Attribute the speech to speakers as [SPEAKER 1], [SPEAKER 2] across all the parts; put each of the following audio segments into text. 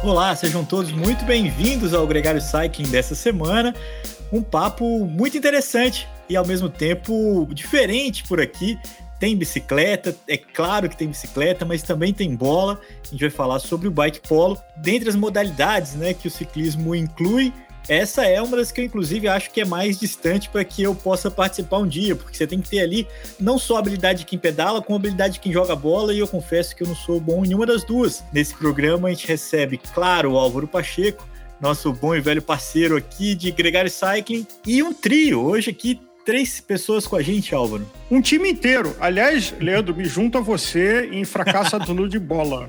[SPEAKER 1] Olá, sejam todos muito bem-vindos ao Gregário Cycling dessa semana. Um papo muito interessante e ao mesmo tempo diferente por aqui. Tem bicicleta, é claro que tem bicicleta, mas também tem bola. A gente vai falar sobre o bike polo. Dentre as modalidades, né, que o ciclismo inclui, essa é uma das que eu, inclusive, acho que é mais distante para que eu possa participar um dia, porque você tem que ter ali não só a habilidade de quem pedala, como a habilidade de quem joga bola, e eu confesso que eu não sou bom em nenhuma das duas. Nesse programa a gente recebe, claro, o Álvaro Pacheco, nosso bom e velho parceiro aqui de Gregário Cycling, e um trio, hoje aqui, 3 pessoas com a gente, Álvaro.
[SPEAKER 2] Um time inteiro. Aliás, Leandro, me junto a você em fracasso absoluto de bola.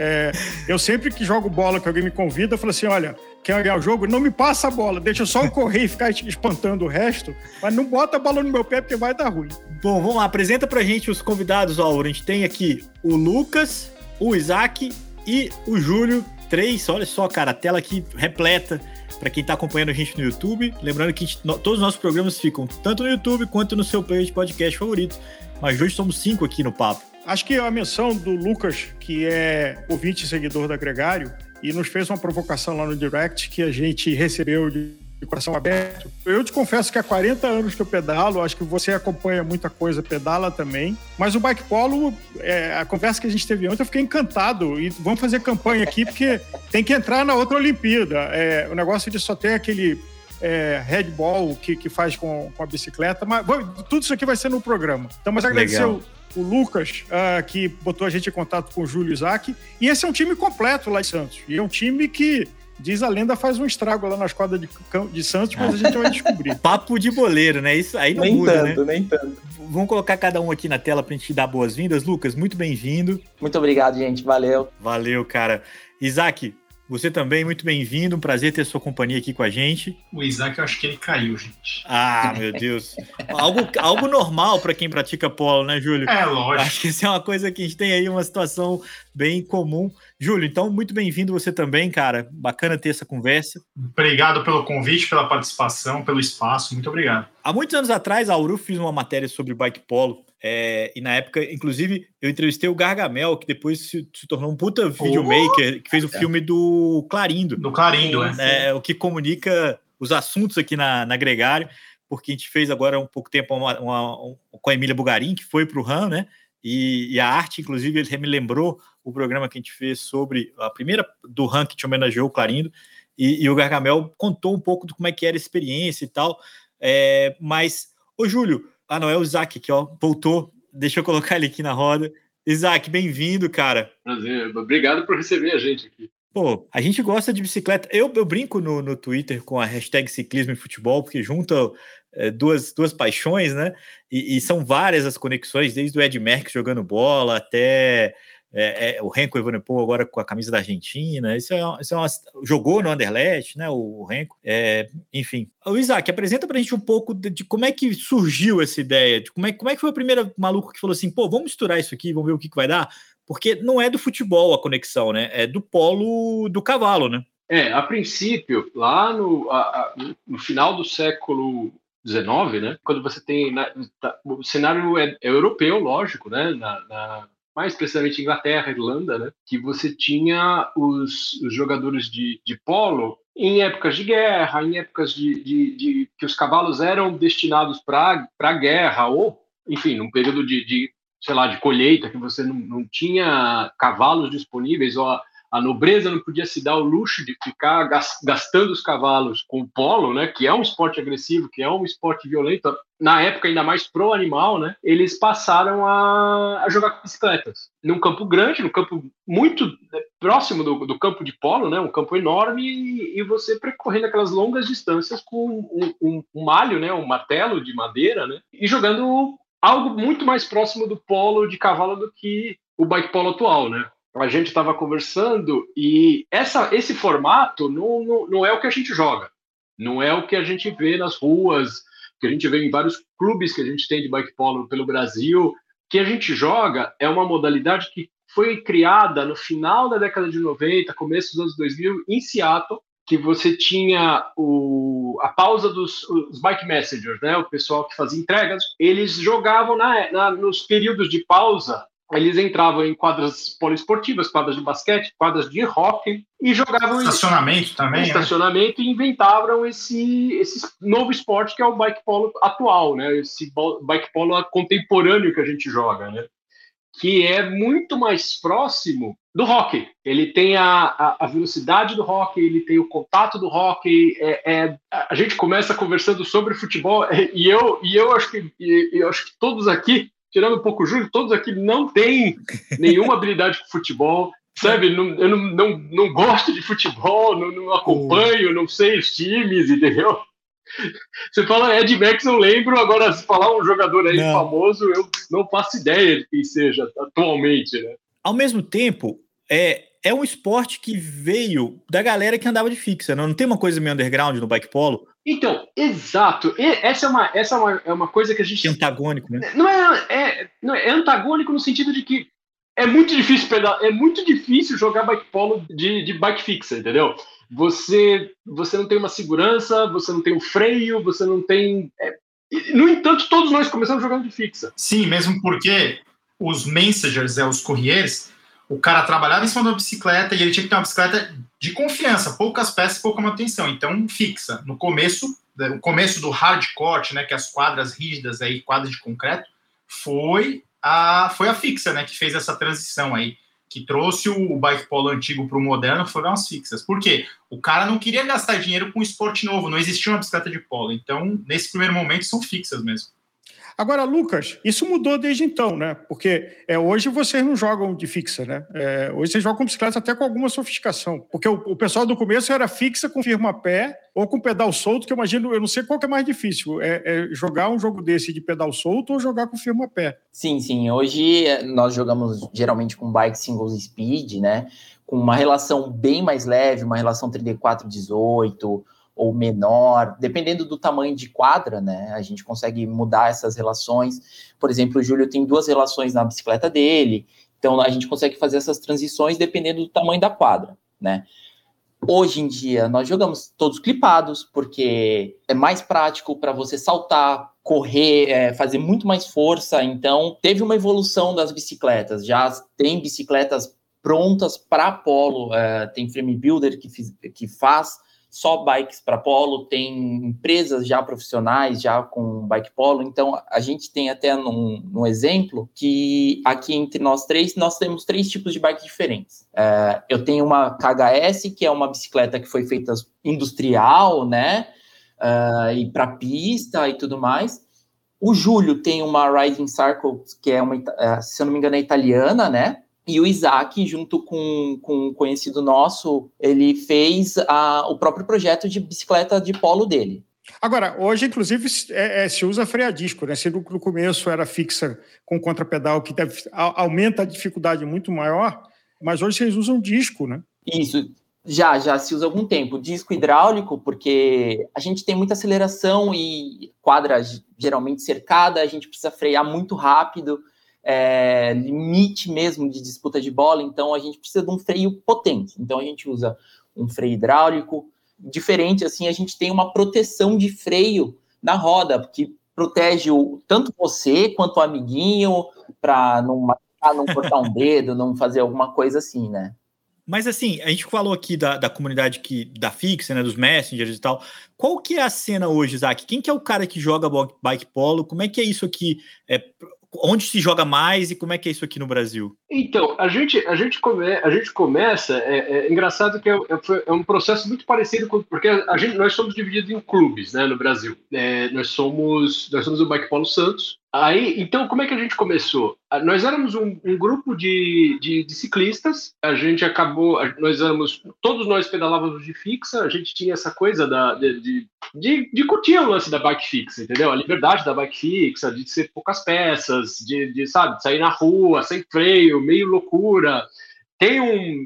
[SPEAKER 2] Eu sempre que jogo bola, que alguém me convida, eu falo assim, olha, quer ganhar o jogo? Não me passa a bola, deixa eu só eu correr e ficar espantando o resto, mas não bota a bola no meu pé porque vai dar ruim.
[SPEAKER 1] Bom, vamos lá, apresenta pra gente os convidados, Álvaro. A gente tem aqui o Lucas, o Isaac e o Júlio. 3, olha só, cara, a tela aqui repleta para quem tá acompanhando a gente no YouTube. Lembrando que todos os nossos programas ficam tanto no YouTube quanto no seu player de podcast favorito. Mas hoje somos 5 aqui no papo.
[SPEAKER 2] Acho que a menção do Lucas, que é ouvinte e seguidor da Gregário, e nos fez uma provocação lá no Direct que a gente recebeu de coração aberto. Eu te confesso que há 40 anos que eu pedalo, acho que você acompanha muita coisa, pedala também, mas o bike polo, a conversa que a gente teve ontem, eu fiquei encantado, e vamos fazer campanha aqui, porque tem que entrar na outra Olimpíada. O negócio de só ter aquele Red Bull que faz com a bicicleta, mas tudo isso aqui vai ser no programa. Então, mas agradecer o Lucas, que botou a gente em contato com o Júlio e Isaac, e esse é um time completo lá em Santos, e é um time que, diz a lenda, faz um estrago lá na esquadra de Santos, mas a gente vai descobrir.
[SPEAKER 1] Papo de boleiro, né? Isso aí não
[SPEAKER 3] nem
[SPEAKER 1] muda,
[SPEAKER 3] tanto,
[SPEAKER 1] né?
[SPEAKER 3] Nem tanto.
[SPEAKER 1] Vamos colocar cada um aqui na tela pra gente dar boas-vindas. Lucas, muito bem-vindo.
[SPEAKER 3] Muito obrigado, gente. Valeu.
[SPEAKER 1] Valeu, cara. Isaac, você também, muito bem-vindo. Um prazer ter sua companhia aqui com a gente.
[SPEAKER 4] O Isaac, eu acho que ele caiu, gente.
[SPEAKER 1] Ah, meu Deus. Algo normal para quem pratica polo, né, Júlio?
[SPEAKER 4] É, lógico.
[SPEAKER 1] Acho que isso é uma coisa que a gente tem aí, uma situação bem comum. Júlio, então, muito bem-vindo você também, cara. Bacana ter essa conversa.
[SPEAKER 4] Obrigado pelo convite, pela participação, pelo espaço. Muito obrigado.
[SPEAKER 1] Há muitos anos atrás, a Auru fez uma matéria sobre bike polo. E na época, inclusive, eu entrevistei o Gargamel, que depois se tornou um puta videomaker, que fez o filme do Clarindo.
[SPEAKER 4] Do Clarindo,
[SPEAKER 1] o que comunica os assuntos aqui na Gregário, porque a gente fez agora há um pouco tempo com a Emília Bugarin, que foi para o RAM, né? E a arte, inclusive, ele me lembrou o programa que a gente fez sobre a primeira do RAM que te homenageou o Clarindo, e o Gargamel contou um pouco de como é que era a experiência e tal. Mas, ô Júlio, não, é o Isaac aqui, ó, voltou, deixa eu colocar ele aqui na roda. Isaac, bem-vindo, cara.
[SPEAKER 5] Prazer, obrigado por receber a gente aqui.
[SPEAKER 1] Pô, a gente gosta de bicicleta. Eu brinco no Twitter com a hashtag ciclismo e futebol, porque junta duas paixões, né? E são várias as conexões, desde o Ed Merckx jogando bola até o Renko Evenepoel agora com a camisa da Argentina. Jogou no Anderlecht, né? O Renko. Enfim. O Isaac, apresenta pra gente um pouco de como é que surgiu essa ideia, de como é que foi o primeiro maluco que falou assim, pô, vamos misturar isso aqui, vamos ver o que vai dar? Porque não é do futebol a conexão, né? É do polo do cavalo, né?
[SPEAKER 5] A princípio, lá no final do século XIX, né? Quando você tem... o cenário é europeu, lógico, né? Mais precisamente Inglaterra, Irlanda, né? Que você tinha os jogadores de polo em épocas de guerra, em épocas de que os cavalos eram destinados para a guerra, ou, enfim, num período de colheita, que você não tinha cavalos disponíveis, ou a nobreza não podia se dar o luxo de ficar gastando os cavalos com o polo, né, que é um esporte agressivo, que é um esporte violento, na época ainda mais pro animal, né, eles passaram a jogar com bicicletas. Num campo grande, num campo muito próximo do campo de polo, né, um campo enorme, e você percorrendo aquelas longas distâncias com um malho, né, um martelo de madeira, né, e jogando algo muito mais próximo do polo de cavalo do que o bike polo atual, né? A gente estava conversando e esse formato não é o que a gente joga, não é o que a gente vê nas ruas, que a gente vê em vários clubes que a gente tem de bike polo pelo Brasil. O que a gente joga é uma modalidade que foi criada no final da década de 90, começo dos anos 2000, em Seattle, que você tinha a pausa dos bike messengers, né? O pessoal que fazia entregas, eles jogavam nos períodos de pausa eles entravam em quadras poliesportivas, quadras de basquete, quadras de hóquei e jogavam
[SPEAKER 4] estacionamento também,
[SPEAKER 5] estacionamento, e inventavam esse novo esporte que é o bike polo atual, né? Esse bike polo contemporâneo que a gente joga, né? Que é muito mais próximo do hóquei. Ele tem a velocidade do hóquei, ele tem o contato do hóquei. A gente começa conversando sobre futebol e eu acho que todos aqui, tirando um pouco o Júlio, todos aqui não têm nenhuma habilidade com futebol, sabe? Eu não gosto de futebol, não acompanho, não sei os times, entendeu? Você fala Ed Max, eu lembro, agora se falar um jogador aí famoso, eu não faço ideia de quem seja atualmente, né?
[SPEAKER 1] Ao mesmo tempo, é um esporte que veio da galera que andava de fixa, não tem uma coisa meio underground no bike polo? Então,
[SPEAKER 5] exato. Essa é uma coisa que a gente...
[SPEAKER 1] É antagônico, né?
[SPEAKER 5] Não é antagônico no sentido de que é muito difícil é muito difícil jogar bike polo de bike fixa, entendeu? Você não tem uma segurança, você não tem um freio, você não tem... No entanto, todos nós começamos jogando de fixa.
[SPEAKER 4] Sim, mesmo porque os messengers, os courriers, o cara trabalhava em cima de uma bicicleta e ele tinha que ter uma bicicleta de confiança, poucas peças, pouca manutenção, então fixa. O começo do hardcore, né, que as quadras rígidas, aí, quadras de concreto, foi a fixa, né, que fez essa transição aí, que trouxe o bike polo antigo para o moderno, foram as fixas. Por quê? O cara não queria gastar dinheiro com esporte novo, não existia uma bicicleta de polo. Então, nesse primeiro momento, são fixas mesmo.
[SPEAKER 2] Agora, Lucas, isso mudou desde então, né? Porque hoje vocês não jogam de fixa, né? Hoje vocês jogam com bicicleta até com alguma sofisticação. Porque o pessoal do começo era fixa com firma-pé ou com pedal solto, que eu imagino, eu não sei qual que é mais difícil. Jogar um jogo desse de pedal solto ou jogar com firma-pé?
[SPEAKER 3] Sim. Hoje nós jogamos geralmente com bike single speed, né? Com uma relação bem mais leve, uma relação 34-18 ou menor, dependendo do tamanho de quadra, né? A gente consegue mudar essas relações. Por exemplo, o Júlio tem 2 relações na bicicleta dele, então a gente consegue fazer essas transições dependendo do tamanho da quadra, né? Hoje em dia, nós jogamos todos clipados, porque é mais prático para você saltar, correr, fazer muito mais força. Então, teve uma evolução das bicicletas. Já tem bicicletas prontas para polo, tem frame builder que faz só bikes para polo, tem empresas já profissionais, já com bike polo. Então, a gente tem até um exemplo que aqui entre nós três, nós temos 3 tipos de bike diferentes. Eu tenho uma KHS, que é uma bicicleta que foi feita industrial, né? E para pista e tudo mais. O Júlio tem uma Riding Circle, que é se eu não me engano, é italiana, né? E o Isaac, junto com um conhecido nosso, ele fez o próprio projeto de bicicleta de polo dele.
[SPEAKER 2] Agora, hoje, inclusive, se usa freio a disco, né? Se no começo era fixa com contrapedal, que aumenta a dificuldade muito maior, mas hoje vocês usam disco, né?
[SPEAKER 3] Isso, já se usa há algum tempo. Disco hidráulico, porque a gente tem muita aceleração e quadra geralmente cercada, a gente precisa frear muito rápido, limite mesmo de disputa de bola, então a gente precisa de um freio potente. Então a gente usa um freio hidráulico. Diferente, assim, a gente tem uma proteção de freio na roda, que protege tanto você quanto o amiguinho, para não machucar, não cortar um dedo, não fazer alguma coisa assim, né?
[SPEAKER 1] Mas assim, a gente falou aqui da comunidade da fixa, né, dos messengers e tal. Qual que é a cena hoje, Isaac? Quem que é o cara que joga bike polo? Como é que é isso aqui? Onde se joga mais e como é que é isso aqui no Brasil?
[SPEAKER 5] Então, a gente começa, é engraçado que é um processo muito parecido, porque nós somos divididos em clubes, né, no Brasil. Nós somos o Bike Polo Santos. Aí, então, como é que a gente começou? Nós éramos um grupo de ciclistas, todos nós pedalávamos de fixa, a gente tinha essa coisa de curtir o lance da bike fixa, entendeu? A liberdade da bike fixa, de ser poucas peças, de sair na rua, sem freio, meio loucura. Tem um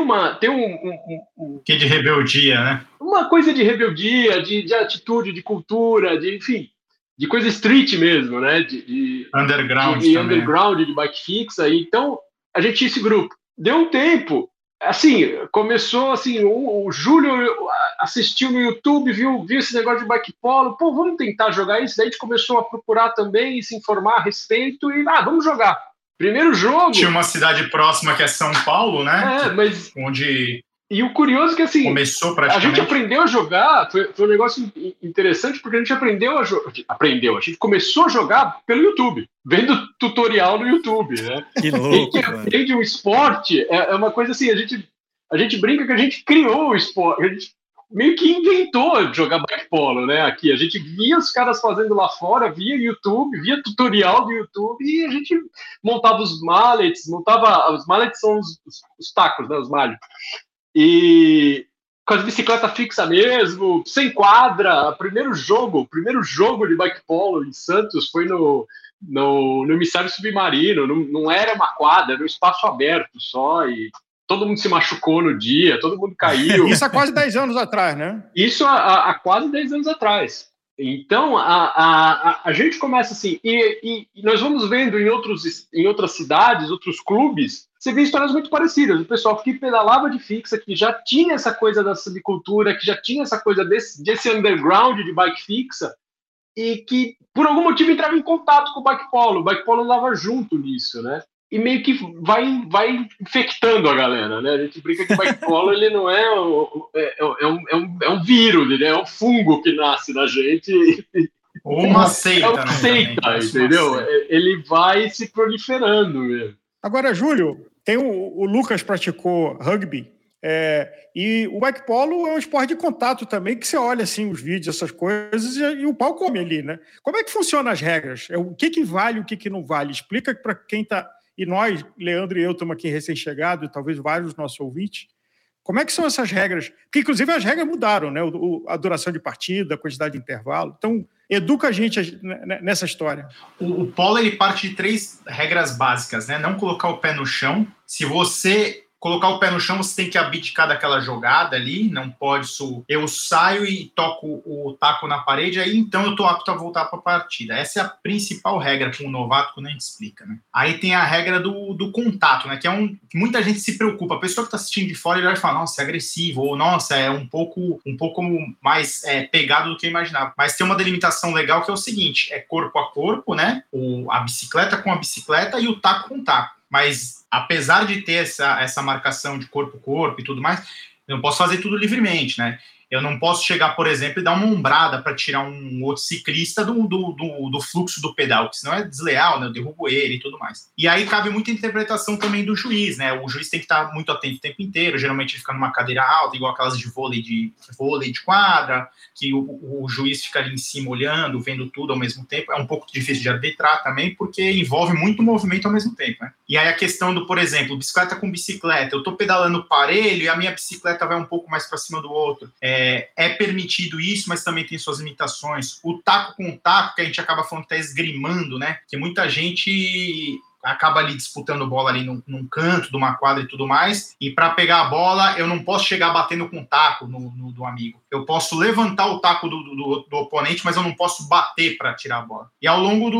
[SPEAKER 4] que de rebeldia, né?
[SPEAKER 5] Uma coisa de rebeldia, de atitude, de cultura, enfim, de coisa street mesmo, né? De
[SPEAKER 4] underground
[SPEAKER 5] de
[SPEAKER 4] também.
[SPEAKER 5] Underground, de bike fixa. Então, a gente tinha esse grupo. Deu um tempo, assim, começou assim, o Júlio assistiu no YouTube, viu esse negócio de bike polo, vamos tentar jogar isso. Daí a gente começou a procurar também, se informar a respeito e, vamos jogar. Primeiro jogo...
[SPEAKER 4] Tinha uma cidade próxima que é São Paulo, né?
[SPEAKER 5] Mas...
[SPEAKER 4] Onde...
[SPEAKER 5] E o curioso é que, assim,
[SPEAKER 4] começou praticamente...
[SPEAKER 5] a gente aprendeu a jogar, foi um negócio interessante, porque a gente aprendeu a jogar... A gente começou a jogar pelo YouTube, vendo tutorial no YouTube, né?
[SPEAKER 1] Que louco,
[SPEAKER 5] e que aprende um esporte, é uma coisa assim, a gente brinca que a gente criou o esporte, a gente meio que inventou jogar bike polo, né? Aqui, a gente via os caras fazendo lá fora, via YouTube, via tutorial do YouTube, e a gente montava os mallets, os mallets são os tacos, né? Os malhos. E com as bicicletas fixas mesmo, sem quadra. O primeiro jogo de bike polo em Santos foi no emissário submarino. Não era uma quadra, era um espaço aberto só. E todo mundo se machucou no dia, todo mundo caiu.
[SPEAKER 2] Isso há quase 10 anos atrás, né?
[SPEAKER 5] Isso há quase 10 anos atrás. Então, a gente começa assim, e nós vamos vendo em outras cidades, outros clubes, você vê histórias muito parecidas. O pessoal que pedalava de fixa, que já tinha essa coisa da subcultura, que já tinha essa coisa desse underground de bike fixa, e que, por algum motivo, entrava em contato com o bike polo. O bike polo andava junto nisso, né? E meio que vai infectando a galera, né? A gente brinca que o bike polo ele não é um vírus, ele é um fungo que nasce na gente.
[SPEAKER 4] Ou uma seita,
[SPEAKER 5] é uma seita, entendeu? Ele vai se proliferando mesmo.
[SPEAKER 2] Agora, Júlio, tem o Lucas praticou rugby, e o bike polo é um esporte de contato também, que você olha assim os vídeos, essas coisas, e o pau come ali, né? Como é que funcionam as regras? O que vale, o que não vale? Explica para quem está... E nós, Leandro e eu, estamos aqui recém-chegados, e talvez vários dos nossos ouvintes. Como é que são essas regras? Porque, inclusive, as regras mudaram, né? A duração de partida, a quantidade de intervalo. Então, educa a gente nessa história.
[SPEAKER 4] O polo, ele parte de 3 regras básicas, né? Não colocar o pé no chão. Se você colocar o pé no chão, você tem que abdicar daquela jogada ali, não pode... Eu saio e toco o taco na parede, aí então eu tô apto a voltar para a partida. Essa é a principal regra com o novato, quando a gente explica, né? Aí tem a regra do contato, né? Que que muita gente se preocupa. A pessoa que está assistindo de fora, ele vai falar, nossa, é agressivo, ou nossa, é um pouco mais pegado do que eu imaginava. Mas tem uma delimitação legal que é o seguinte, é corpo a corpo, né? A bicicleta com a bicicleta e o taco com o taco. Mas, apesar de ter essa marcação de corpo a corpo e tudo mais, eu não posso fazer tudo livremente, né? Eu não posso chegar, por exemplo, e dar uma ombrada para tirar um outro ciclista do fluxo do pedal, que senão é desleal, né? Eu derrubo ele e tudo mais. E aí cabe muita interpretação também do juiz, né? O juiz tem que estar muito atento o tempo inteiro, geralmente ele fica numa cadeira alta, igual aquelas de vôlei de quadra, que o juiz fica ali em cima olhando, vendo tudo ao mesmo tempo. É um pouco difícil de arbitrar também, porque envolve muito movimento ao mesmo tempo, né? E aí a questão do, por exemplo, bicicleta com bicicleta, eu estou pedalando parelho e a minha bicicleta vai um pouco mais para cima do outro. É permitido isso, mas também tem suas limitações. O taco com o taco, que a gente acaba falando que está esgrimando, né? Que muita gente acaba ali disputando bola ali num canto de uma quadra e tudo mais, e para pegar a bola, eu não posso chegar batendo com o taco do amigo. Eu posso levantar o taco do oponente, mas eu não posso bater para tirar a bola. E ao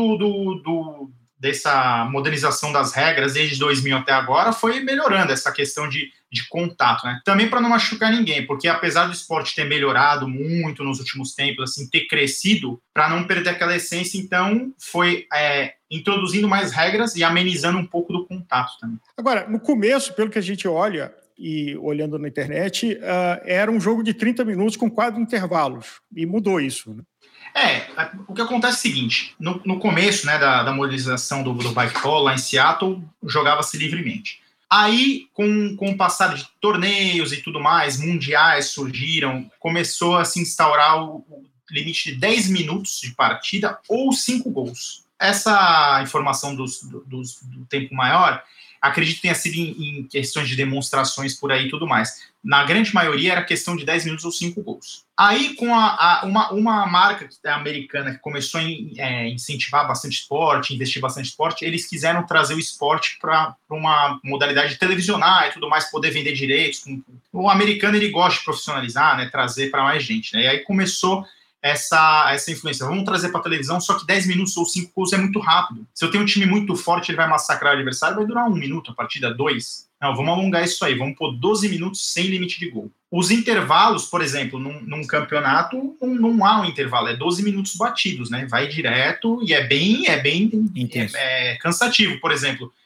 [SPEAKER 4] longo dessa modernização das regras, desde 2000 até agora, foi melhorando essa questão de contato, né? Também para não machucar ninguém, porque apesar do esporte ter melhorado muito nos últimos tempos, assim, ter crescido, para não perder aquela essência, então foi introduzindo mais regras e amenizando um pouco do contato também. Agora,
[SPEAKER 2] no começo, pelo que a gente olha, e olhando na internet, era um jogo de 30 minutos com 4 intervalos, e mudou isso, né?
[SPEAKER 4] O que acontece é o seguinte, no começo, né, da modernização do bike polo, lá em Seattle, jogava-se livremente. Aí, com o passar de torneios e tudo mais, mundiais surgiram, começou a se instaurar o limite de 10 minutos de partida ou 5 gols. Essa informação do tempo maior, acredito que tenha sido em questões de demonstrações por aí e tudo mais. Na grande maioria era questão de 10 minutos ou 5 gols. Aí, com uma marca americana que começou a incentivar bastante esporte, investir bastante esporte, eles quiseram trazer o esporte para uma modalidade de televisionar e tudo mais, poder vender direitos. O americano, ele gosta de profissionalizar, né, trazer para mais gente, né? E aí começou essa influência. Vamos trazer para a televisão, só que 10 minutos ou 5 gols é muito rápido. Se eu tenho um time muito forte, ele vai massacrar o adversário, vai durar 1 minuto, a partida 2. Não, vamos alongar isso aí, vamos pôr 12 minutos sem limite de gol. Os intervalos, por exemplo, num campeonato, não há um intervalo, é 12 minutos batidos, né? Vai direto e é bem intenso. É cansativo. Por exemplo,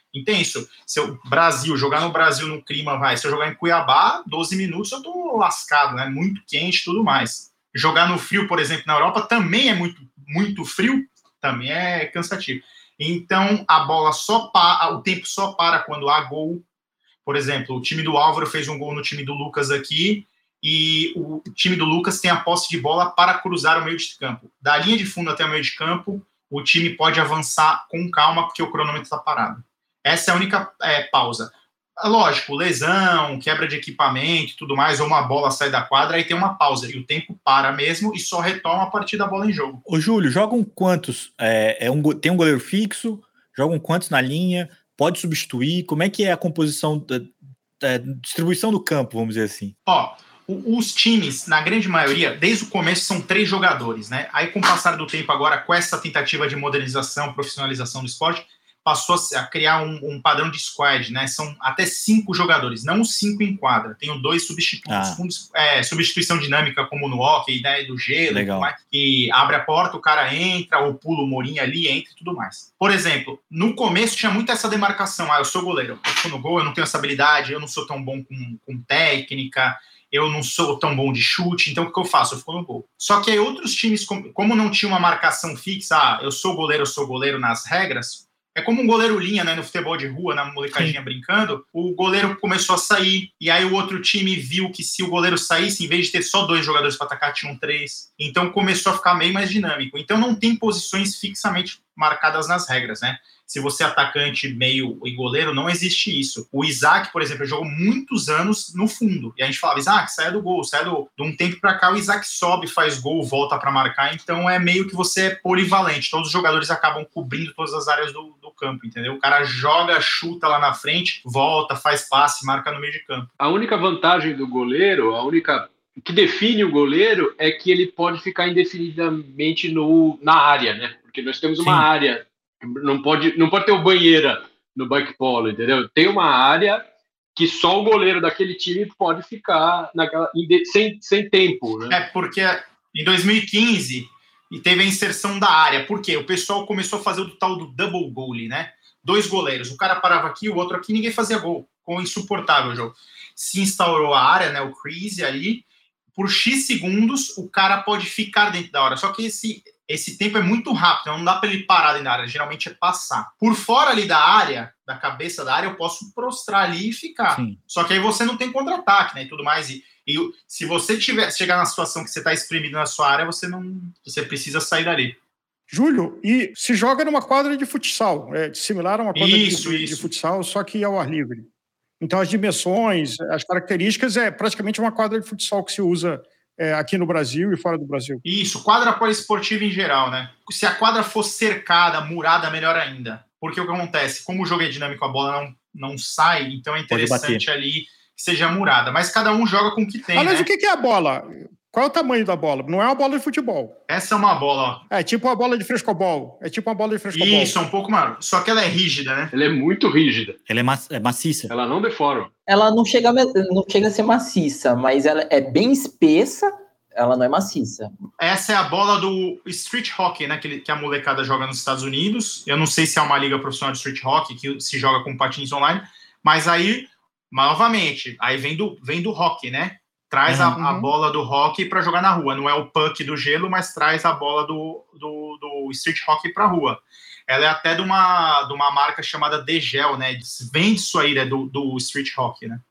[SPEAKER 4] intenso. Se o Brasil, jogar no Brasil no clima, se eu jogar em Cuiabá, 12 minutos eu tô lascado, né? Muito quente e tudo mais. Jogar no frio, por exemplo, na Europa também é muito, muito frio, também é cansativo. Então, a bola o tempo só para quando há gol. Por exemplo, o time do Álvaro fez um gol no time do Lucas aqui, e o time do Lucas tem a posse de bola para cruzar o meio de campo. Da linha de fundo até o meio de campo, o time pode avançar com calma, porque o cronômetro está parado. Essa é a única pausa. Lógico, lesão, quebra de equipamento e tudo mais, ou uma bola sai da quadra, aí tem uma pausa, e o tempo para mesmo e só retoma a partir da bola em jogo.
[SPEAKER 1] Ô, Júlio, jogam quantos? Tem um goleiro fixo? Jogam quantos na linha? Pode substituir? Como é que é a composição da distribuição do campo, vamos dizer assim?
[SPEAKER 4] Os times, na grande maioria, desde o começo, são 3 jogadores, né? Aí, com o passar do tempo agora, com essa tentativa de modernização, profissionalização do esporte, passou a criar um padrão de squad, né? São até 5 jogadores, não os 5 em quadra. Tenho 2 substitutos, substituição dinâmica, como no hockey, né, do gelo,
[SPEAKER 1] legal,
[SPEAKER 4] mais, que abre a porta, o cara entra, ou pula o Mourinho ali, entra e tudo mais. Por exemplo, no começo tinha muito essa demarcação, eu sou goleiro, eu fico no gol, eu não tenho essa habilidade, eu não sou tão bom com técnica, eu não sou tão bom de chute, então o que eu faço? Eu fico no gol. Só que aí outros times, como não tinha uma marcação fixa, eu sou goleiro nas regras, é como um goleiro linha, né, no futebol de rua, na molecadinha brincando, o goleiro começou a sair, e aí o outro time viu que se o goleiro saísse, em vez de ter só 2 jogadores para atacar, tinham 3. Então começou a ficar meio mais dinâmico. Então não tem posições fixamente marcadas nas regras, né? Se você é atacante, meio e goleiro, não existe isso. O Isaac, por exemplo, jogou muitos anos no fundo. E a gente falava, Isaac, saia do gol, de um tempo para cá, o Isaac sobe, faz gol, volta para marcar. Então é meio que você é polivalente. Todos os jogadores acabam cobrindo todas as áreas do campo, entendeu? O cara joga, chuta lá na frente, volta, faz passe, marca no meio de campo.
[SPEAKER 5] A única vantagem do goleiro, o que define o goleiro é que ele pode ficar indefinidamente na área, né? Porque nós temos uma área. Não pode ter o banheira no bike polo, entendeu? Tem uma área que só o goleiro daquele time pode ficar sem tempo, né?
[SPEAKER 4] Porque em 2015 teve a inserção da área. Por quê? O pessoal começou a fazer o tal do double goalie, né? 2 goleiros. O cara parava aqui, o outro aqui, ninguém fazia gol. Ficou insuportável o jogo. Se instaurou a área, né? O crease ali. Por X segundos, o cara pode ficar dentro da área. Só que esse tempo é muito rápido, não dá para ele parar dentro da área, geralmente é passar. Por fora ali da área, da cabeça da área, eu posso prostrar ali e ficar. Sim. Só que aí você não tem contra-ataque, né, e tudo mais. E se você chegar na situação que você está espremido na sua área, você precisa sair dali.
[SPEAKER 2] Júlio, e se joga numa quadra de futsal, similar a uma quadra de futsal, só que ao ar livre. Então as dimensões, as características, é praticamente uma quadra de futsal que se usa aqui no Brasil e fora do Brasil.
[SPEAKER 4] Isso, quadra poliesportiva em geral, né? Se a quadra for cercada, murada, melhor ainda. Porque o que acontece? Como o jogo é dinâmico, a bola não sai, então é interessante ali que seja murada. Mas cada um joga com o que tem,
[SPEAKER 2] Aliás,
[SPEAKER 4] né?
[SPEAKER 2] O que é a bola? Qual é o tamanho da bola? Não é uma bola de futebol.
[SPEAKER 4] Essa é uma bola, ó.
[SPEAKER 2] É tipo uma bola de frescobol.
[SPEAKER 4] Isso, é um pouco maior. Só que ela é rígida, né?
[SPEAKER 5] Ela é muito rígida.
[SPEAKER 1] Ela é maciça.
[SPEAKER 5] Ela não deforma.
[SPEAKER 3] Ela não chega a ser maciça, mas ela é bem espessa, ela não é maciça.
[SPEAKER 4] Essa é a bola do street hockey, né? Que a molecada joga nos Estados Unidos. Eu não sei se é uma liga profissional de street hockey que se joga com patins online, mas aí, novamente, aí vem do hockey, né? Traz a bola do hockey para jogar na rua. Não é o puck do gelo, mas traz a bola do street hockey para a rua. Ela é até de uma marca chamada Degel, né? Vem disso aí, né? Do street hockey, né?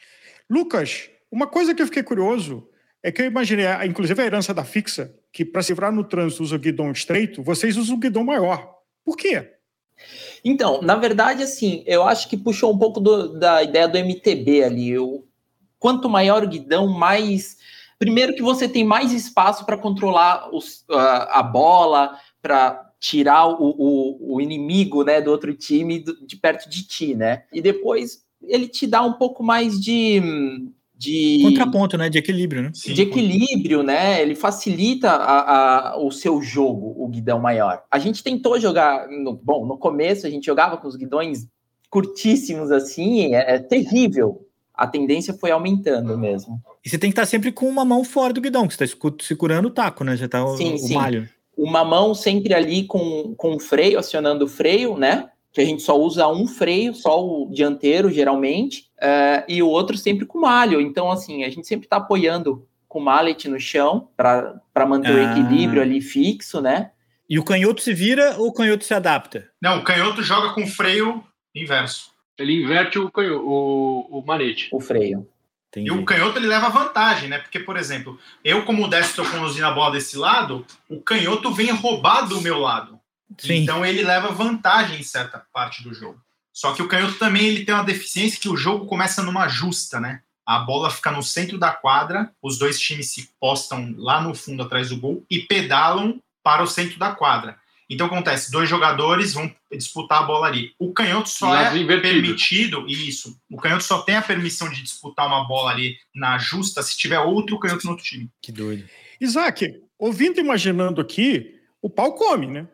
[SPEAKER 2] Lucas, uma coisa que eu fiquei curioso é que eu imaginei, inclusive a herança da Fixa, que para se livrar no trânsito usa o guidão estreito, vocês usam o guidão maior. Por quê?
[SPEAKER 3] Então, na verdade, assim, eu acho que puxou um pouco da ideia do MTB ali. Quanto maior o guidão, mais... Primeiro que você tem mais espaço para controlar a bola, para tirar o inimigo, né, do outro time de perto de ti, né? E depois ele te dá um pouco mais de
[SPEAKER 1] contraponto, né? De equilíbrio, né?
[SPEAKER 3] De equilíbrio, né? Ele facilita o seu jogo, o guidão maior. A gente tentou jogar... no começo a gente jogava com os guidões curtíssimos assim, é terrível. A tendência foi aumentando mesmo.
[SPEAKER 1] E você tem que estar sempre com uma mão fora do guidão, que você está segurando o taco, né? Já está o malho.
[SPEAKER 3] Uma mão sempre ali com o freio, acionando o freio, né? que a gente só usa um freio, só o dianteiro, geralmente, e o outro sempre com malho. Então, assim, a gente sempre está apoiando com mallet no chão para manter o equilíbrio ali fixo, né?
[SPEAKER 1] E o canhoto se vira ou o canhoto se adapta?
[SPEAKER 4] Não, o canhoto joga com freio inverso.
[SPEAKER 5] Ele inverte o manete.
[SPEAKER 3] O freio.
[SPEAKER 1] Entendi.
[SPEAKER 4] E o canhoto ele leva vantagem, né? Porque, por exemplo, eu como destro estou conduzindo a bola desse lado, o canhoto vem roubar do meu lado.
[SPEAKER 1] Sim.
[SPEAKER 4] Então ele leva vantagem em certa parte do jogo. Só que o canhoto também ele tem uma deficiência que o jogo começa numa justa, né? A bola fica no centro da quadra, os dois times se postam lá no fundo atrás do gol e pedalam para o centro da quadra. Então acontece, 2 jogadores vão disputar a bola ali. O canhoto só é permitido, isso, o canhoto só tem a permissão de disputar uma bola ali na justa se tiver outro canhoto no outro time.
[SPEAKER 1] Que doido.
[SPEAKER 2] Isaac, ouvindo e imaginando aqui, o pau come, né?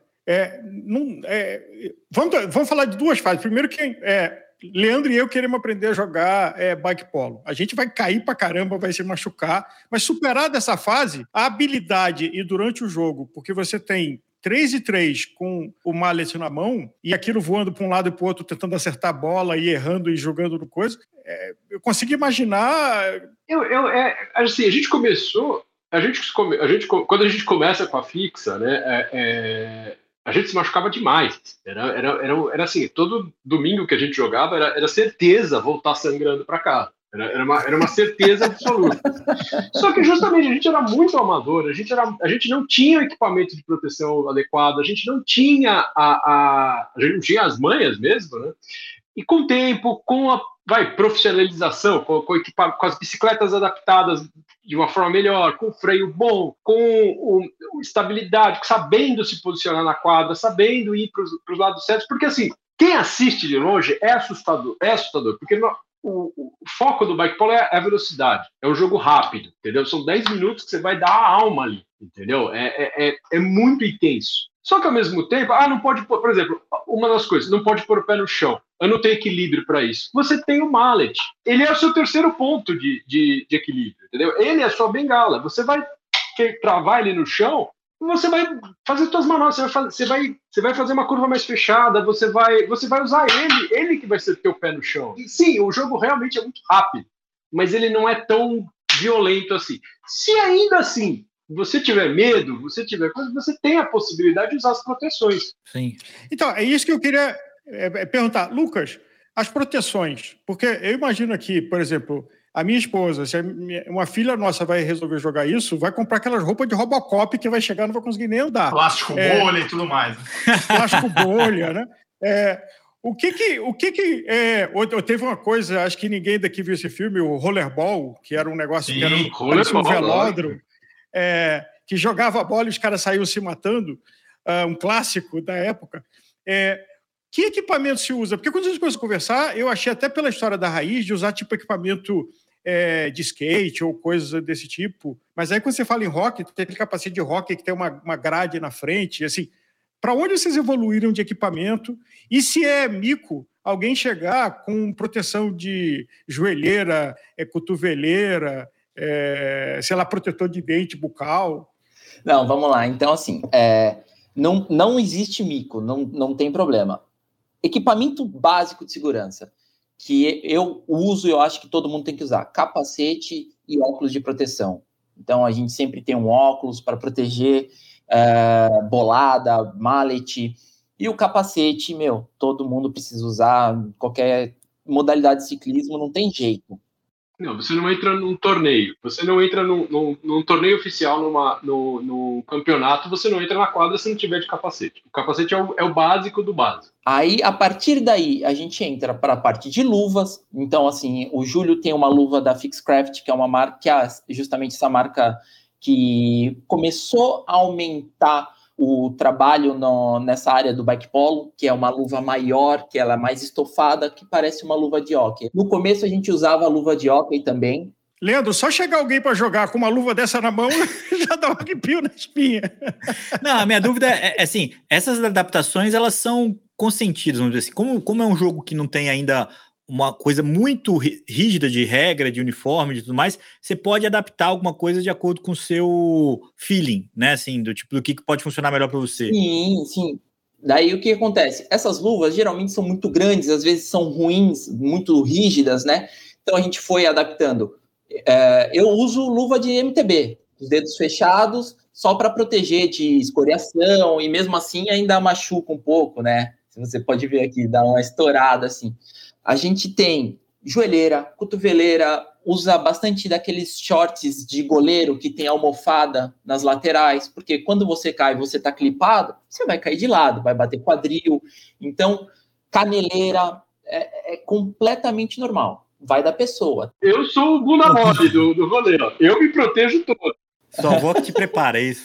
[SPEAKER 2] Vamos falar de 2 fases. Primeiro que Leandro e eu queremos aprender a jogar bike polo. A gente vai cair pra caramba, vai se machucar, mas superar dessa fase, a habilidade e durante o jogo, porque você tem 3-3 com o mallet na mão e aquilo voando para um lado e para o outro, tentando acertar a bola e errando e jogando no coisa, eu consigo imaginar...
[SPEAKER 5] Assim, a gente começou... quando a gente começa com a fixa, né, a gente se machucava demais. Era assim, todo domingo que a gente jogava era certeza voltar sangrando para casa. Era uma certeza absoluta. Só que justamente a gente era muito amador, a gente não tinha equipamento de proteção adequado, a gente não tinha as manhas mesmo, né? E com o tempo, com a profissionalização, com as bicicletas adaptadas de uma forma melhor, com freio bom, com estabilidade, sabendo se posicionar na quadra, sabendo ir para os lados certos, porque assim, quem assiste de longe é assustador, porque o foco do bike polo é a velocidade, é um jogo rápido, entendeu? São 10 minutos que você vai dar a alma ali, entendeu? É muito intenso. Só que ao mesmo tempo, não pode pôr, por exemplo, uma das coisas, não pode pôr o pé no chão. Eu não tenho equilíbrio para isso. Você tem o mallet. Ele é o seu terceiro ponto de equilíbrio, entendeu? Ele é a sua bengala. Você vai travar ele no chão, você vai fazer suas manobras, você vai fazer uma curva mais fechada, você vai usar ele que vai ser teu pé no chão. E, sim, o jogo realmente é muito rápido, mas ele não é tão violento assim. Se ainda assim você tiver medo, você tem a possibilidade de usar as proteções.
[SPEAKER 1] Sim.
[SPEAKER 2] Então, é isso que eu queria perguntar. Lucas, as proteções, porque eu imagino aqui, por exemplo, a minha esposa, se uma filha nossa vai resolver jogar isso, vai comprar aquelas roupas de Robocop que vai chegar e não vai conseguir nem andar.
[SPEAKER 4] Plástico bolha e tudo mais.
[SPEAKER 2] Plástico bolha, né? Teve uma coisa, acho que ninguém daqui viu esse filme, o Rollerball, que era um negócio que era um velódromo, que jogava a bola e os caras saíam se matando, um clássico da época. Que equipamento se usa? Porque quando a gente começou a conversar, eu achei até pela história da Raiz de usar tipo equipamento de skate ou coisas desse tipo. Mas aí quando você fala em hockey, tem aquele capacete de hockey que tem uma grade na frente. Assim, para onde vocês evoluíram de equipamento? E se é mico, alguém chegar com proteção de joelheira, cotoveleira, sei lá, protetor de dente bucal?
[SPEAKER 3] Não, vamos lá. Então, assim, não existe mico, não tem problema. Equipamento básico de segurança, que eu uso e eu acho que todo mundo tem que usar: capacete e óculos de proteção. Então, a gente sempre tem um óculos para proteger bolada, mallet. E o capacete, todo mundo precisa usar, qualquer modalidade de ciclismo, não tem jeito.
[SPEAKER 5] Não, você não entra num torneio, você não entra num torneio oficial, num campeonato, você não entra na quadra se não tiver de capacete. O capacete é o básico do básico.
[SPEAKER 3] Aí, a partir daí, a gente entra para a parte de luvas. Então, assim, o Júlio tem uma luva da Fixcraft, que é uma marca, que é justamente essa marca que começou a aumentar o trabalho nessa área do bike polo, que é uma luva maior, que ela é mais estofada, que parece uma luva de hóquei. No começo a gente usava a luva de hóquei também.
[SPEAKER 2] Leandro, só chegar alguém para jogar com uma luva dessa na mão já dá um arrepio na espinha.
[SPEAKER 1] Não, a minha dúvida é assim, essas adaptações elas são consentidas, vamos dizer assim. Como é um jogo que não tem ainda uma coisa muito rígida de regra, de uniforme, de tudo mais, você pode adaptar alguma coisa de acordo com o seu feeling, né? Assim, do tipo, do que pode funcionar melhor para você.
[SPEAKER 3] Sim, sim. Daí o que acontece? Essas luvas geralmente são muito grandes, às vezes são ruins, muito rígidas, né? Então a gente foi adaptando. Eu uso luva de MTB, os dedos fechados, só para proteger de escoriação, e mesmo assim ainda machuca um pouco, né? Você pode ver aqui, dá uma estourada assim. A gente tem joelheira, cotoveleira, usa bastante daqueles shorts de goleiro que tem almofada nas laterais, porque quando você cai, você tá clipado, você vai cair de lado, vai bater quadril. Então, caneleira é completamente normal. Vai da pessoa.
[SPEAKER 5] Eu sou o bunda mole do rolê, ó. Eu me protejo todo.
[SPEAKER 1] Sua avó que te prepara isso.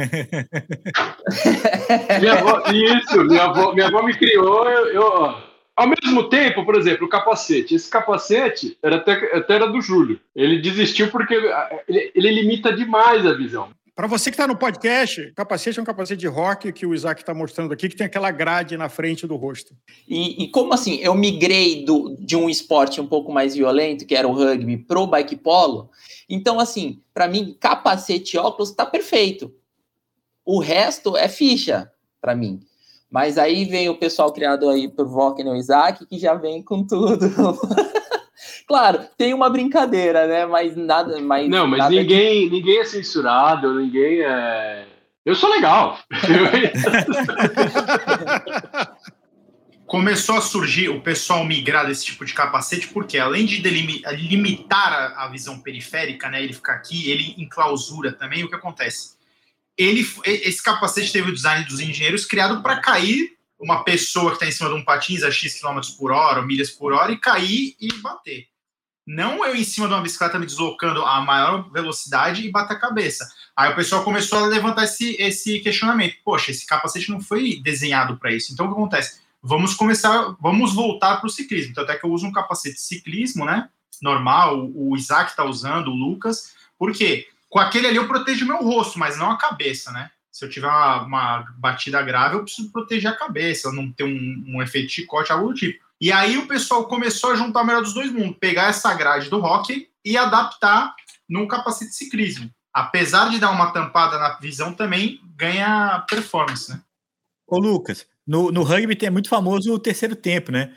[SPEAKER 5] Minha avó me criou, Ao mesmo tempo, por exemplo, o capacete. Esse capacete até era do Júlio. Ele desistiu porque ele limita demais a visão.
[SPEAKER 2] Para você que está no podcast, capacete é um capacete de rock que o Isaac está mostrando aqui, que tem aquela grade na frente do rosto.
[SPEAKER 3] E como assim? Eu migrei de um esporte um pouco mais violento, que era o rugby, pro bike polo. Então, assim, para mim, capacete e óculos tá perfeito. O resto é ficha para mim. Mas aí vem o pessoal criado aí por Volker e o Isaac, que já vem com tudo. Claro, tem uma brincadeira, né? Mas nada mais.
[SPEAKER 5] Não, mas
[SPEAKER 3] nada
[SPEAKER 5] ninguém é censurado, ninguém é. Eu sou legal.
[SPEAKER 4] Começou a surgir o pessoal migrar desse tipo de capacete, porque além de limitar a visão periférica, né? Ele fica aqui, ele enclausura também. O que acontece? Esse capacete teve o design dos engenheiros criado para cair uma pessoa que está em cima de um patins a X km por hora, ou milhas por hora, e cair e bater. Não eu em cima de uma bicicleta me deslocando a maior velocidade e bater a cabeça. Aí o pessoal começou a levantar esse questionamento. Poxa, esse capacete não foi desenhado para isso. Então o que acontece? Vamos voltar para o ciclismo. Então até que eu uso um capacete de ciclismo, né? Normal, o Isaac está usando, o Lucas. Por quê? Com aquele ali eu protejo meu rosto, mas não a cabeça, né? Se eu tiver uma batida grave, eu preciso proteger a cabeça, não ter um efeito de chicote, algo do tipo. E aí o pessoal começou a juntar o melhor dos dois mundos, pegar essa grade do hockey e adaptar num capacete de ciclismo. Apesar de dar uma tampada na visão, também ganha performance, né?
[SPEAKER 1] Ô, Lucas, no rugby é muito famoso o terceiro tempo, né?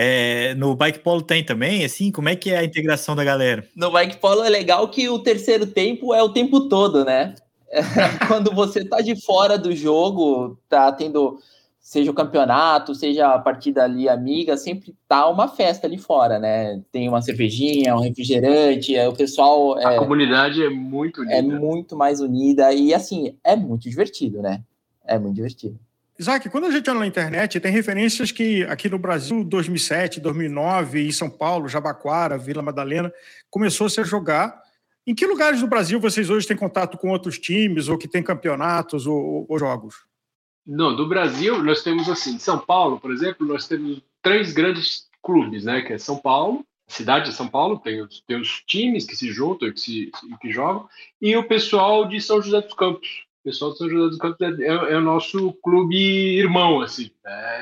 [SPEAKER 1] No bike polo tem também, assim, como é que é a integração da galera?
[SPEAKER 3] No bike polo é legal que o terceiro tempo é o tempo todo, né? Quando você tá de fora do jogo, tá tendo, seja o campeonato, seja a partida ali amiga, sempre tá uma festa ali fora, né? Tem uma cervejinha, um refrigerante, o pessoal...
[SPEAKER 5] A comunidade é muito unida.
[SPEAKER 3] É muito mais unida e, assim, é muito divertido, né? É muito divertido.
[SPEAKER 2] Isaac, quando a gente olha na internet, tem referências que aqui no Brasil, 2007, 2009, em São Paulo, Jabaquara, Vila Madalena, começou-se a jogar. Em que lugares do Brasil vocês hoje têm contato com outros times ou que tem campeonatos ou jogos?
[SPEAKER 5] Não, do Brasil nós temos assim, São Paulo, por exemplo, nós temos 3 grandes clubes, né? Que é São Paulo, cidade de São Paulo, tem os times que se juntam, que jogam, e o pessoal de São José dos Campos. O pessoal de São José dos Campos é o nosso clube irmão, assim.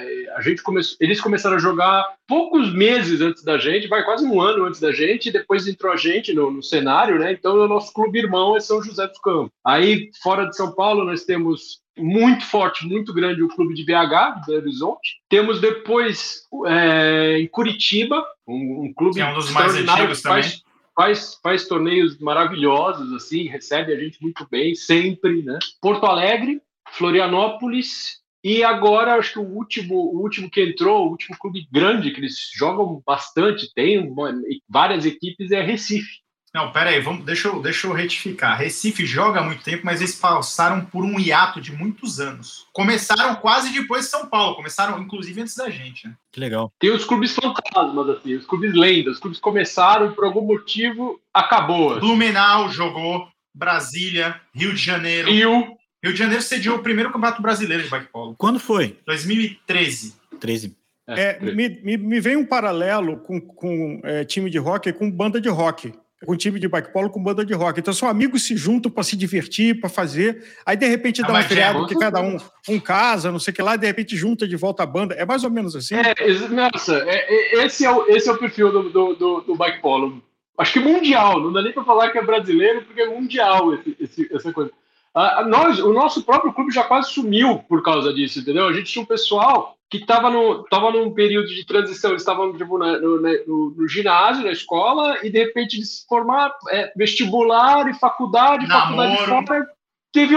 [SPEAKER 5] Eles começaram a jogar poucos meses antes da gente, vai quase um ano antes da gente, e depois entrou a gente no cenário, né? Então o nosso clube irmão é São José dos Campos. Aí, fora de São Paulo, nós temos muito forte, muito grande o clube de BH, Belo Horizonte. Temos depois, em Curitiba, um clube
[SPEAKER 4] que é um dos mais antigos também.
[SPEAKER 5] Faz torneios maravilhosos, assim, recebe a gente muito bem, sempre, né? Porto Alegre, Florianópolis, e agora, acho que o último que entrou, o último clube grande, que eles jogam bastante, tem várias equipes, é Recife.
[SPEAKER 4] Não, pera aí, deixa eu retificar. Recife joga há muito tempo, mas eles passaram por um hiato de muitos anos. Começaram quase depois de São Paulo, começaram inclusive antes da gente, né?
[SPEAKER 1] Que legal.
[SPEAKER 5] Tem os clubes fantasmas, assim, os clubes lendas. Os clubes começaram e por algum motivo acabou. Assim.
[SPEAKER 4] Blumenau jogou, Brasília, Rio de Janeiro. Rio de Janeiro sediou o primeiro campeonato brasileiro de bike polo.
[SPEAKER 1] Quando foi?
[SPEAKER 4] 2013.
[SPEAKER 1] 13.
[SPEAKER 2] Me vem um paralelo com time de hockey com banda de rock. Com time de bike polo com banda de rock. Então, são amigos se juntam para se divertir, para fazer. Aí, de repente, dá um feriado que cada um casa, não sei o que lá, de repente junta de volta a banda. É mais ou menos assim?
[SPEAKER 5] Esse é o perfil do bike polo. Acho que mundial. Não dá nem para falar que é brasileiro, porque é mundial essa coisa. O nosso próprio clube já quase sumiu por causa disso, entendeu? A gente tinha um pessoal que estava num período de transição, eles estavam tipo, no ginásio, na escola, e de repente eles se formaram, vestibular e faculdade fora. Teve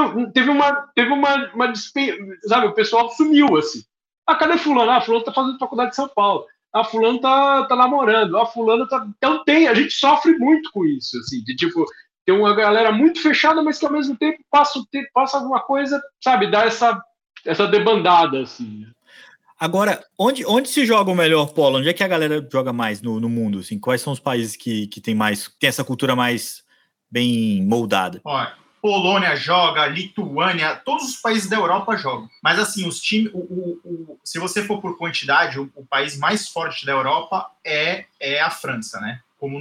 [SPEAKER 5] uma sabe, o pessoal sumiu, assim. Cadê fulano? Fulano tá fazendo faculdade de São Paulo. Fulano tá namorando. Fulano tá... Então a gente sofre muito com isso, assim, de tipo, tem uma galera muito fechada, mas que ao mesmo tempo passa alguma coisa, sabe, dá essa debandada, assim.
[SPEAKER 1] Agora, onde se joga o melhor polo? Onde é que a galera joga mais no mundo? Assim? Quais são os países que tem essa cultura mais bem moldada?
[SPEAKER 4] Olha, Polônia joga, Lituânia, todos os países da Europa jogam. Mas assim, os times, se você for por quantidade, o país mais forte da Europa é a França, né? Como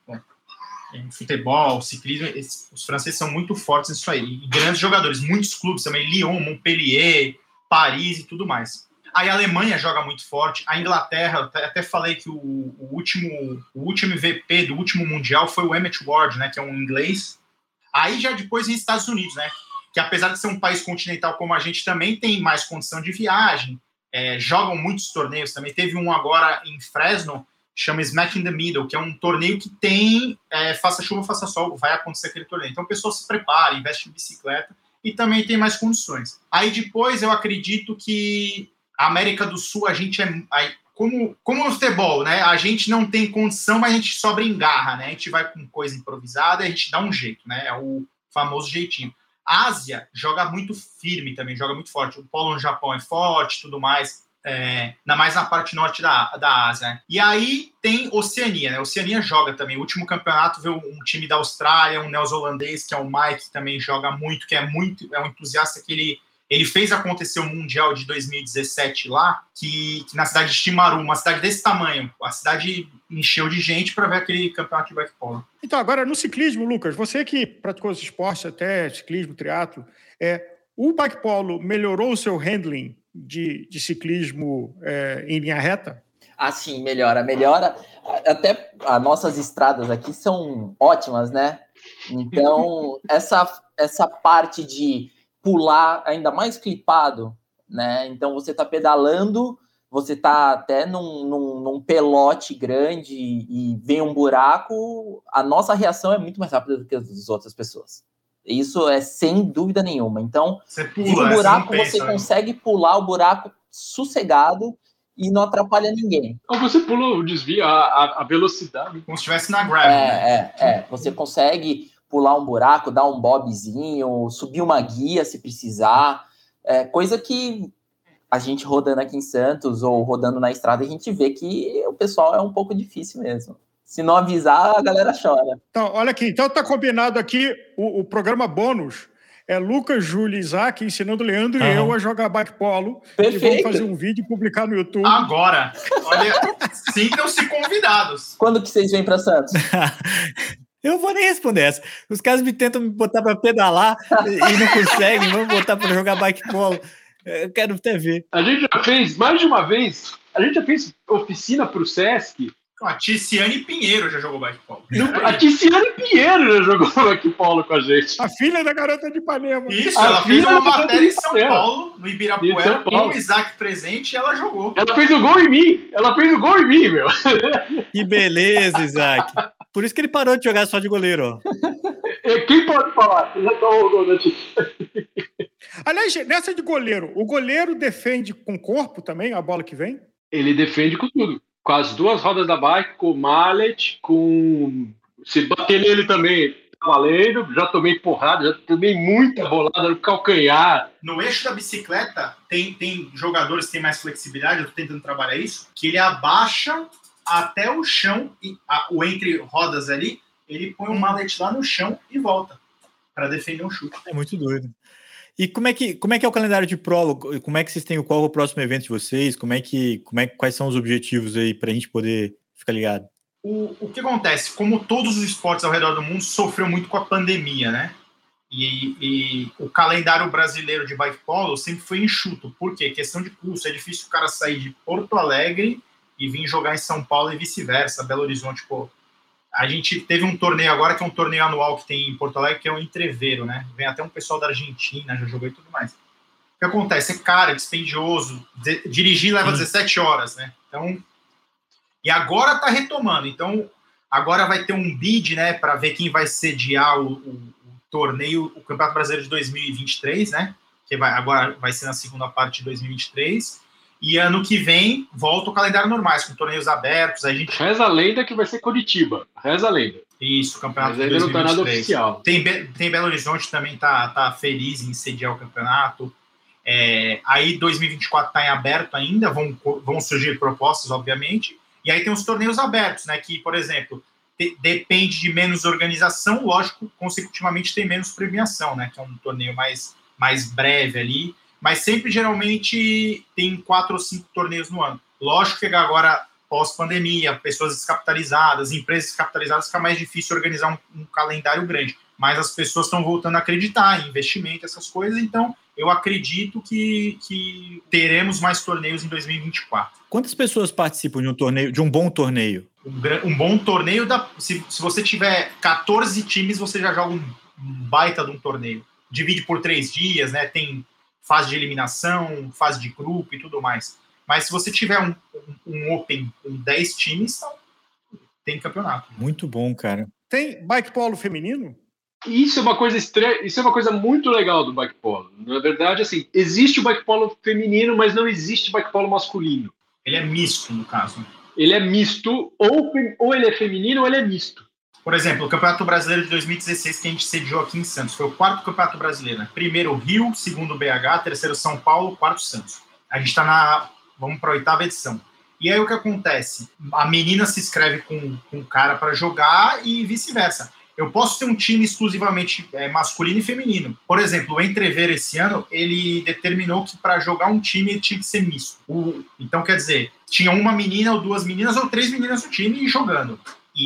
[SPEAKER 4] em futebol, ciclismo, os franceses são muito fortes nisso aí. E grandes jogadores, muitos clubes também, Lyon, Montpellier, Paris e tudo mais. Aí a Alemanha joga muito forte, a Inglaterra, até falei que o último MVP do último Mundial foi o Emmett Ward, né, que é um inglês. Aí já depois em Estados Unidos, né, que apesar de ser um país continental como a gente, também tem mais condição de viagem, jogam muitos torneios também. Teve um agora em Fresno, chama Smack in the Middle, que é um torneio que tem, faça chuva, faça sol, vai acontecer aquele torneio. Então a pessoa se prepara, investe em bicicleta e também tem mais condições. Aí depois eu acredito que a América do Sul, a gente como no futebol, né? A gente não tem condição, mas a gente sobra em garra, né? A gente vai com coisa improvisada e a gente dá um jeito, né? É o famoso jeitinho. A Ásia joga muito firme também, joga muito forte. O polo no Japão é forte, tudo mais. Ainda mais na parte norte da Ásia, né? E aí tem Oceania, né? Oceania joga também. O último campeonato veio um time da Austrália, um neozelandês, que é o Mike, que também joga muito, é um entusiasta que ele fez acontecer o Mundial de 2017 lá, que na cidade de Timaru, uma cidade desse tamanho, a cidade encheu de gente para ver aquele campeonato de bike-polo.
[SPEAKER 2] Então, agora no ciclismo, Lucas, você que praticou esse esporte, até ciclismo, triatlo, o bike-polo melhorou o seu handling de ciclismo em linha reta?
[SPEAKER 3] Sim, melhora. Até as nossas estradas aqui são ótimas, né? Então, essa parte de pular ainda mais clipado, né? Então você está pedalando, você está até num pelote grande e vem um buraco, a nossa reação é muito mais rápida do que as das outras pessoas. Isso é sem dúvida nenhuma. Então,
[SPEAKER 4] pula,
[SPEAKER 3] um buraco, você consegue pular o buraco sossegado e não atrapalha ninguém.
[SPEAKER 5] Ou você pula o desvio, a velocidade.
[SPEAKER 4] Como se estivesse na gravel.
[SPEAKER 3] Você consegue pular um buraco, dar um bobzinho, subir uma guia se precisar. Coisa que a gente rodando aqui em Santos ou rodando na estrada, a gente vê que o pessoal é um pouco difícil mesmo. Se não avisar, a galera chora.
[SPEAKER 2] Então, olha aqui. Então, tá combinado aqui o programa bônus. Lucas, Júlio e Isaac ensinando o Leandro e eu a jogar bike-polo.
[SPEAKER 3] Perfeito.
[SPEAKER 2] E vamos fazer um vídeo e publicar no YouTube.
[SPEAKER 4] Agora. Olha, sintam-se convidados.
[SPEAKER 3] Quando que vocês vêm para Santos?
[SPEAKER 1] Eu não vou nem responder essa. Os caras tentam me botar para pedalar e não conseguem. Vão botar para jogar bike-polo. Eu quero até ver.
[SPEAKER 5] A gente já fez, mais de uma vez, oficina para o Sesc.
[SPEAKER 4] A Ticiane Pinheiro já jogou bike-polo.
[SPEAKER 5] A Ticiane Pinheiro já jogou bike-polo com a gente.
[SPEAKER 2] A filha da garota de Ipanema.
[SPEAKER 4] Isso, ela fez uma matéria em São Paulo, no Ibirapuera, com o Isaac presente, e ela jogou.
[SPEAKER 5] Ela fez o gol em mim. Meu.
[SPEAKER 1] Que beleza, Isaac. Por isso que ele parou de jogar só de goleiro, ó.
[SPEAKER 5] Quem pode falar?
[SPEAKER 2] Aliás, nessa de goleiro, o goleiro defende com o corpo também a bola que vem?
[SPEAKER 5] Ele defende com tudo. Com as duas rodas da bike, com o mallet, se bater nele também, tá valendo. Já tomei porrada, já tomei muita bolada no calcanhar.
[SPEAKER 4] No eixo da bicicleta, tem jogadores que têm mais flexibilidade, eu tô tentando trabalhar isso, que ele abaixa até o chão, o entre rodas ali, ele põe um mallet lá no chão e volta para defender um chute.
[SPEAKER 1] É muito doido. E como é que é o calendário de prova? Como é que vocês têm qual é o próximo evento de vocês? Quais são os objetivos aí para a gente poder ficar ligado?
[SPEAKER 4] O que acontece? Como todos os esportes ao redor do mundo sofreu muito com a pandemia, né? E o calendário brasileiro de bike polo sempre foi enxuto. Por quê? Questão de custo. É difícil o cara sair de Porto Alegre e vir jogar em São Paulo e vice-versa, Belo Horizonte, pô. A gente teve um torneio agora, que é um torneio anual que tem em Porto Alegre, que é o Entreveiro, né? Vem até um pessoal da Argentina, já jogou e tudo mais. O que acontece? É caro, é dispendioso, dirigir leva 17 horas, né? Então, e agora está retomando. Então, agora vai ter um bid, né, para ver quem vai sediar o torneio, o Campeonato Brasileiro de 2023, né? Que agora vai ser na segunda parte de 2023. E ano que vem volta o calendário normais, com torneios abertos. A gente...
[SPEAKER 5] Reza a lenda que vai ser Curitiba. Reza a lenda.
[SPEAKER 4] Isso, o campeonato
[SPEAKER 5] de 2023. Não tá nada oficial.
[SPEAKER 4] Tem Belo Horizonte também, tá feliz em sediar o campeonato. Aí 2024 está em aberto ainda, vão surgir propostas, obviamente. E aí tem os torneios abertos, né? Que, por exemplo, depende de menos organização, lógico, consecutivamente tem menos premiação, né? Que é um torneio mais breve ali. Mas sempre, geralmente, tem 4 ou 5 torneios no ano. Lógico que agora, pós-pandemia, pessoas descapitalizadas, empresas descapitalizadas, fica mais difícil organizar um calendário grande. Mas as pessoas estão voltando a acreditar em investimento, essas coisas. Então, eu acredito que teremos mais torneios em 2024.
[SPEAKER 1] Quantas pessoas participam de um torneio, de um bom torneio?
[SPEAKER 4] Um bom torneio, se você tiver 14 times, você já joga um baita de um torneio. Divide por 3 dias, né? Tem fase de eliminação, fase de grupo e tudo mais. Mas se você tiver um Open com 10 times, então tem campeonato.
[SPEAKER 1] Muito bom, cara.
[SPEAKER 2] Tem bike polo feminino?
[SPEAKER 5] Isso é uma coisa estranha, isso é uma coisa muito legal do bike polo. Na verdade, assim, existe o bike polo feminino, mas não existe bike polo masculino.
[SPEAKER 4] Ele é misto, no caso.
[SPEAKER 5] Ele é misto, ou ele é feminino ou ele é misto.
[SPEAKER 4] Por exemplo, o Campeonato Brasileiro de 2016 que a gente sediou aqui em Santos. Foi o 4º Campeonato Brasileiro. Né? Primeiro Rio, segundo BH, terceiro São Paulo, 4º Santos. A gente está vamos para a 8ª edição. E aí o que acontece? A menina se inscreve com o cara para jogar e vice-versa. Eu posso ter um time exclusivamente masculino e feminino. Por exemplo, o Entrever esse ano, ele determinou que para jogar um time ele tinha que ser misto. Então, quer dizer, tinha uma menina ou 2 meninas ou 3 meninas no time jogando.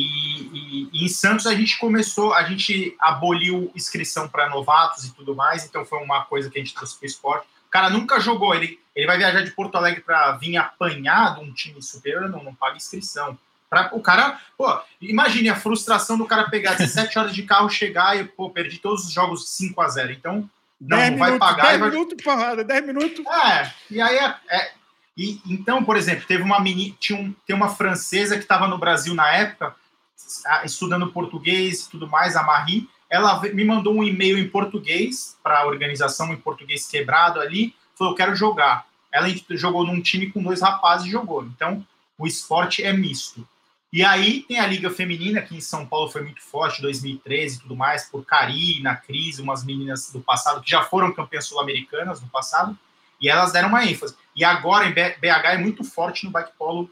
[SPEAKER 4] E em Santos a gente aboliu inscrição para novatos e tudo mais, então foi uma coisa que a gente trouxe para o esporte. O cara nunca jogou, ele vai viajar de Porto Alegre para vir apanhar de um time superior, não paga inscrição. O cara, imagine a frustração do cara pegar 17 horas de carro, chegar e, perdi todos os jogos 5-0. Então, não vai pagar.
[SPEAKER 2] 10 minutos, porrada, 10 minutos.
[SPEAKER 4] E aí então, por exemplo, teve uma menina, tem uma francesa que estava no Brasil na época, estudando português e tudo mais, a Marie. Ela me mandou um e-mail em português para a organização, em português quebrado ali, falou, eu quero jogar. Ela jogou num time com 2 rapazes e jogou. Então, o esporte é misto. E aí tem a Liga Feminina, que em São Paulo foi muito forte, 2013 e tudo mais, por Karina, Cris, umas meninas do passado, que já foram campeãs sul-americanas no passado, e elas deram uma ênfase. E agora em BH é muito forte no bike polo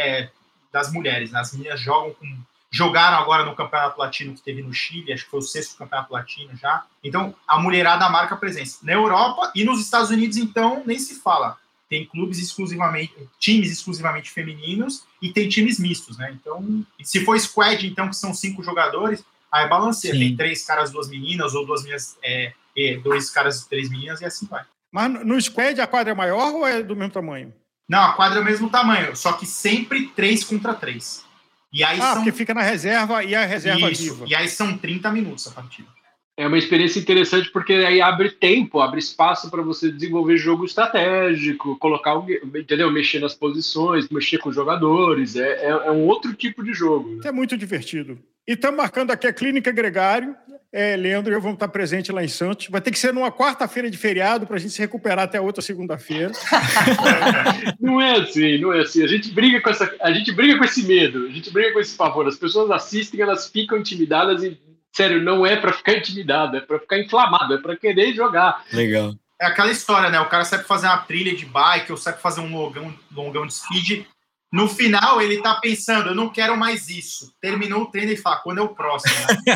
[SPEAKER 4] das mulheres. Né? As meninas jogaram agora no Campeonato Latino que teve no Chile, acho que foi o 6º Campeonato Latino já. Então, a mulherada marca presença. Na Europa e nos Estados Unidos, então, nem se fala. Tem times exclusivamente femininos e tem times mistos, né? Então, se for squad, então, que são 5 jogadores, aí balanceia. Sim. Tem 3 caras, 2 meninas, ou 2 meninas, 2 caras e 3 meninas, e assim vai.
[SPEAKER 2] Mas no squad a quadra é maior ou é do mesmo tamanho?
[SPEAKER 4] Não, a quadra é o mesmo tamanho, só que sempre 3 contra 3. E aí
[SPEAKER 2] porque fica na reserva e a reserva viva.
[SPEAKER 4] E aí são 30 minutos a partida.
[SPEAKER 5] É uma experiência interessante porque aí abre tempo, abre espaço para você desenvolver jogo estratégico, colocar, entendeu? Mexer nas posições, mexer com os jogadores. É um outro tipo de jogo. Né?
[SPEAKER 2] Isso é muito divertido. E estamos marcando aqui a Clínica Gregário. Leandro e eu vamos estar presentes lá em Santos. Vai ter que ser numa quarta-feira de feriado para a gente se recuperar até a outra segunda-feira.
[SPEAKER 5] Não é assim. A gente briga com esse medo, a gente briga com esse pavor. As pessoas assistem, elas ficam intimidadas e, sério, não é para ficar intimidado, é para ficar inflamado, é para querer jogar.
[SPEAKER 1] Legal.
[SPEAKER 4] É aquela história, né? O cara sabe fazer uma trilha de bike, ou sabe fazer um longão de speed. No final, ele tá pensando, eu não quero mais isso. Terminou o treino e fala, quando é o próximo?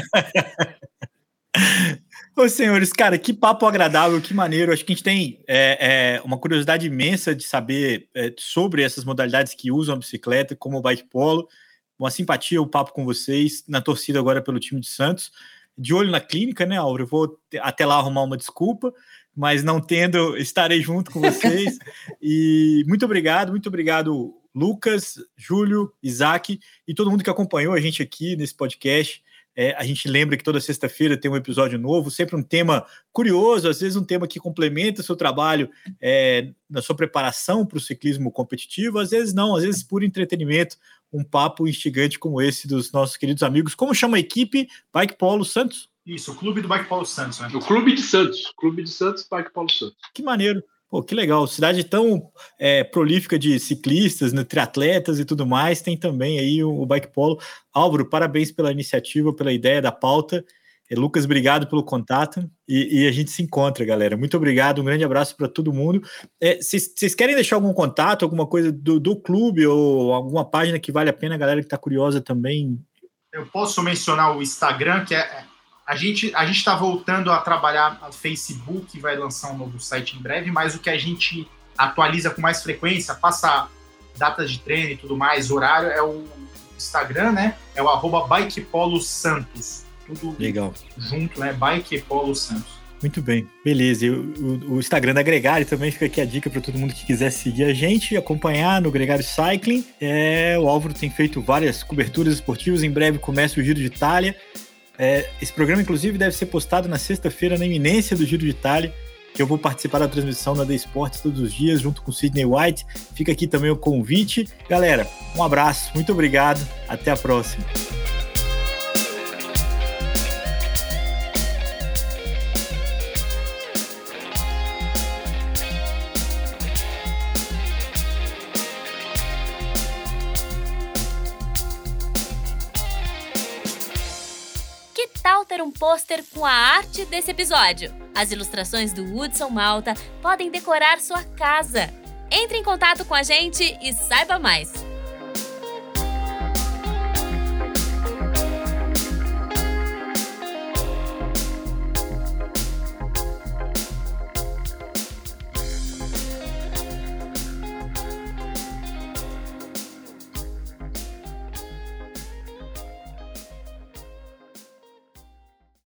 [SPEAKER 1] Ô, senhores, cara, que papo agradável, que maneiro. Acho que a gente tem uma curiosidade imensa de saber sobre essas modalidades que usam a bicicleta, como o bike polo. Uma simpatia, o papo com vocês, na torcida agora pelo time de Santos. De olho na clínica, né, Álvaro? Eu vou até lá arrumar uma desculpa, mas não tendo, estarei junto com vocês. E muito obrigado, Lucas, Júlio, Isaac e todo mundo que acompanhou a gente aqui nesse podcast. A gente lembra que toda sexta-feira tem um episódio novo, sempre um tema curioso, às vezes um tema que complementa o seu trabalho na sua preparação para o ciclismo competitivo, às vezes não, às vezes por entretenimento, um papo instigante como esse dos nossos queridos amigos. Como chama a equipe? Bike Polo Santos?
[SPEAKER 4] Isso, o Clube do Bike Polo Santos. Né?
[SPEAKER 5] O Clube de Santos, Bike Polo Santos.
[SPEAKER 1] Que maneiro. Pô, que legal, cidade tão prolífica de ciclistas, né, triatletas e tudo mais, tem também aí o Bike Polo. Álvaro, parabéns pela iniciativa, pela ideia da pauta. Lucas, obrigado pelo contato e a gente se encontra, galera. Muito obrigado, um grande abraço para todo mundo. Vocês querem deixar algum contato, alguma coisa do clube ou alguma página que vale a pena a galera que está curiosa também?
[SPEAKER 4] Eu posso mencionar o Instagram, que a gente está voltando a trabalhar no Facebook, vai lançar um novo site em breve, mas o que a gente atualiza com mais frequência, passa datas de treino e tudo mais, horário, é o Instagram, né? É o @BikePoloSantos. Tudo
[SPEAKER 1] legal.
[SPEAKER 4] Junto, né? Bike Polo Santos.
[SPEAKER 1] Muito bem, beleza. E o Instagram da Gregário também fica aqui a dica para todo mundo que quiser seguir a gente, acompanhar no Gregário Cycling. O Álvaro tem feito várias coberturas esportivas, em breve começa o Giro de Itália. Esse programa, inclusive, deve ser postado na sexta-feira, na iminência do Giro de Itália, que eu vou participar da transmissão na The Sports todos os dias, junto com o Sidney White. Fica aqui também o convite. Galera, um abraço, muito obrigado, até a próxima.
[SPEAKER 6] Ter um pôster com a arte desse episódio. As ilustrações do Hudson Malta podem decorar sua casa. Entre em contato com a gente e saiba mais.